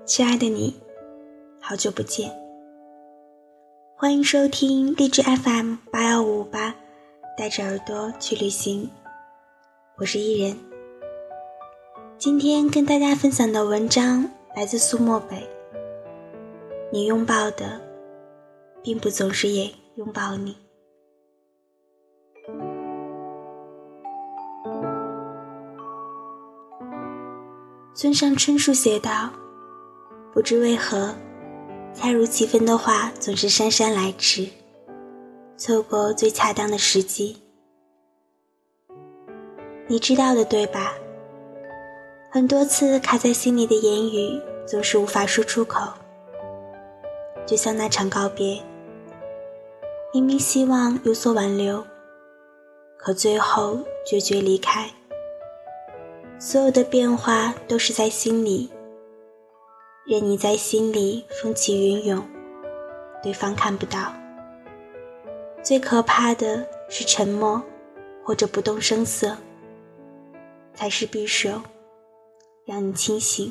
亲爱的你，好久不见，欢迎收听荔枝 FM81558，带着耳朵去旅行，我是伊人。今天跟大家分享的文章来自苏漠北。你拥抱的并不总是也拥抱你。村上春树写道，不知为何，恰如其分的话总是姗姗来迟，错过最恰当的时机。你知道的对吧？很多次卡在心里的言语总是无法说出口，就像那场告别，明明希望有所挽留，可最后决绝离开。所有的变化都是在心里，任你在心里风起云涌，对方看不到。最可怕的是沉默或者不动声色，才是匕首，让你清醒。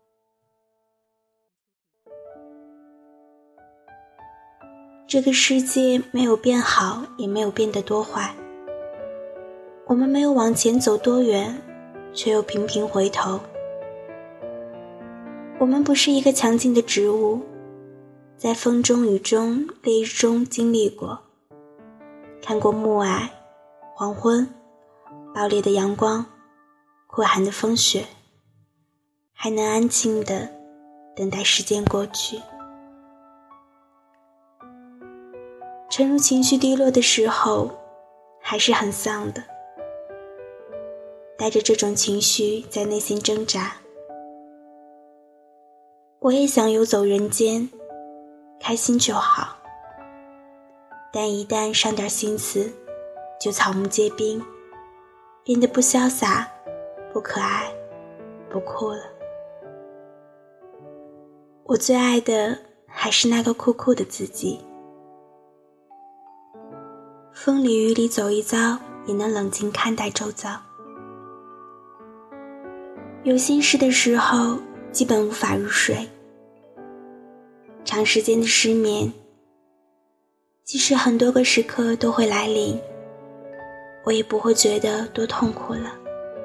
这个世界没有变好，也没有变得多坏。我们没有往前走多远，却又频频回头。我们不是一个强劲的植物，在风中雨中烈日中经历过，看过暮霭、黄昏、暴烈的阳光、酷寒的风雪，还能安静地等待时间过去。沉入情绪低落的时候，还是很丧的，带着这种情绪在内心挣扎。我也想游走人间，开心就好，但一旦伤点心思，就草木皆兵，变得不潇洒，不可爱，不酷了。我最爱的还是那个酷酷的自己。风里雨里走一遭，也能冷静看待周遭。有心事的时候，基本无法入睡。长时间的失眠，即使很多个时刻都会来临，我也不会觉得多痛苦了。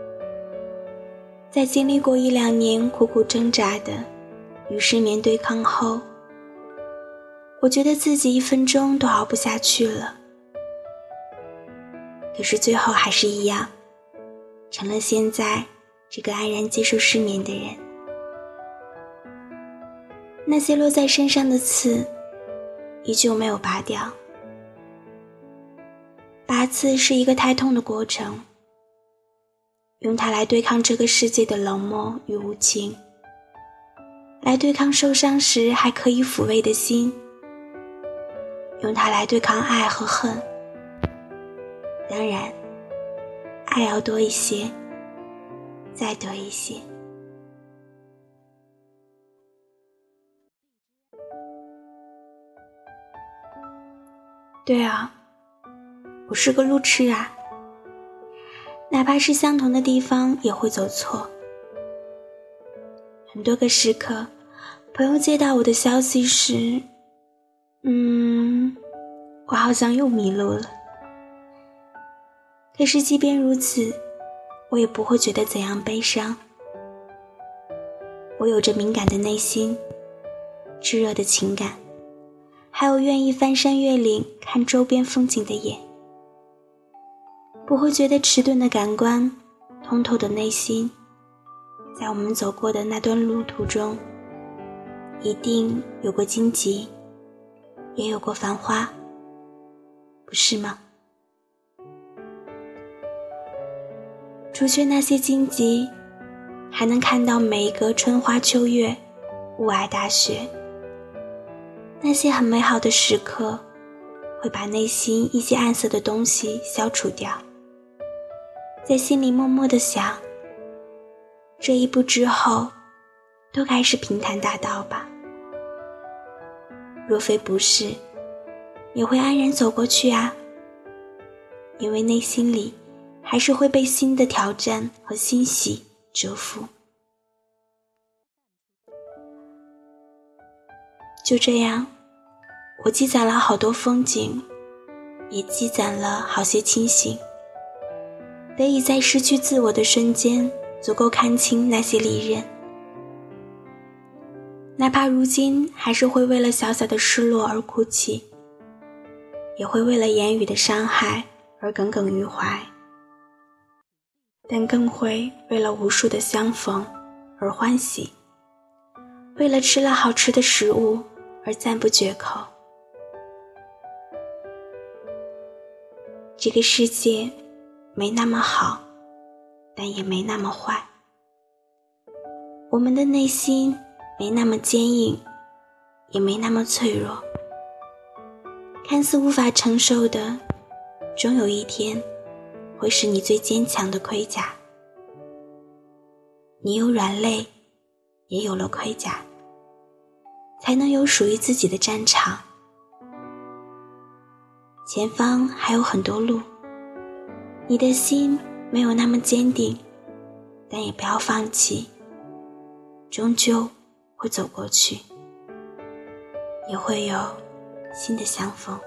在经历过1-2年苦苦挣扎的与失眠对抗后，我觉得自己1分钟都熬不下去了。可是最后还是一样，成了现在这个安然接受失眠的人。那些落在身上的刺依旧没有拔掉。拔刺是一个太痛的过程，用它来对抗这个世界的冷漠与无情，来对抗受伤时还可以抚慰的心，用它来对抗爱和恨。当然，爱要多一些，再多一些。对啊，我是个路痴啊，哪怕是相同的地方也会走错。很多个时刻，朋友接到我的消息时，我好像又迷路了。可是即便如此，我也不会觉得怎样悲伤。我有着敏感的内心，炙热的情感，还有愿意翻山越岭看周边风景的眼。不会觉得迟钝的感官，通透的内心，在我们走过的那段路途中，一定有过荆棘，也有过繁花，不是吗？除却那些荆棘，还能看到每一个春花秋月，雾霭大雪。那些很美好的时刻，会把内心一些暗色的东西消除掉，在心里默默地想，这一步之后都该是平坦大道吧。若非不是，也会安然走过去啊，因为内心里还是会被新的挑战和欣喜折服。 就这样，我积攒了好多风景，也积攒了好些清醒，得以在失去自我的瞬间足够看清那些利刃。哪怕如今还是会为了小小的失落而哭泣，也会为了言语的伤害而耿耿于怀，但更会为了无数的相逢而欢喜，为了吃了好吃的食物而赞不绝口。这个世界没那么好，但也没那么坏。我们的内心没那么坚硬，也没那么脆弱。看似无法承受的，终有一天会是你最坚强的盔甲。你有软肋，也有了盔甲，才能有属于自己的战场。前方还有很多路，你的心没有那么坚定，但也不要放弃，终究会走过去，也会有新的相逢。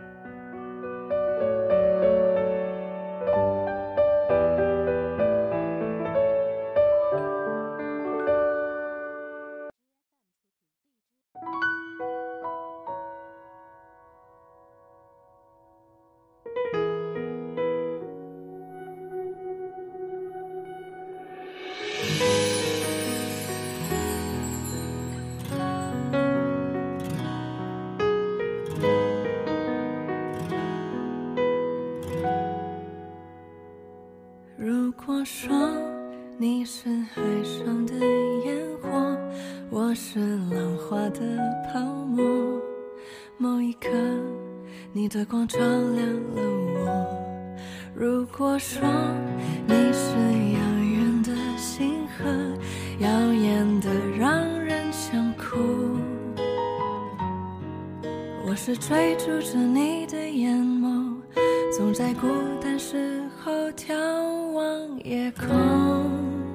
如果说你是海上的烟火，我是浪花的泡沫，某一刻你的光照亮了我。如果说你是遥远的星河，耀眼的让人想哭，我是追逐着你的眼眸，总在孤单时候眺望夜空。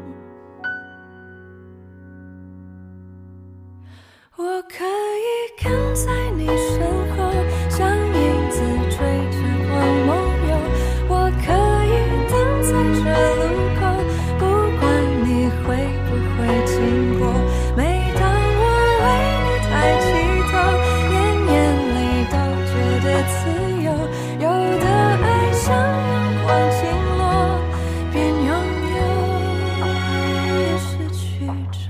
我可以跟在你身后，像影子追着光梦游。我可以等在这路口，不管你会不会经过。每当我为你抬起头，连眼泪都觉得自由。有的爱像阳光倾落，边拥有边失去着。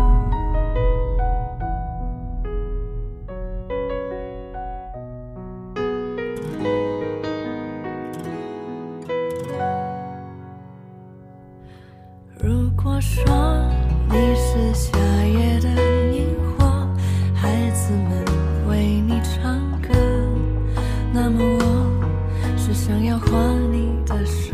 如果说你是夏夜的萤火，孩子们为你唱歌，那么我是想要画你的手。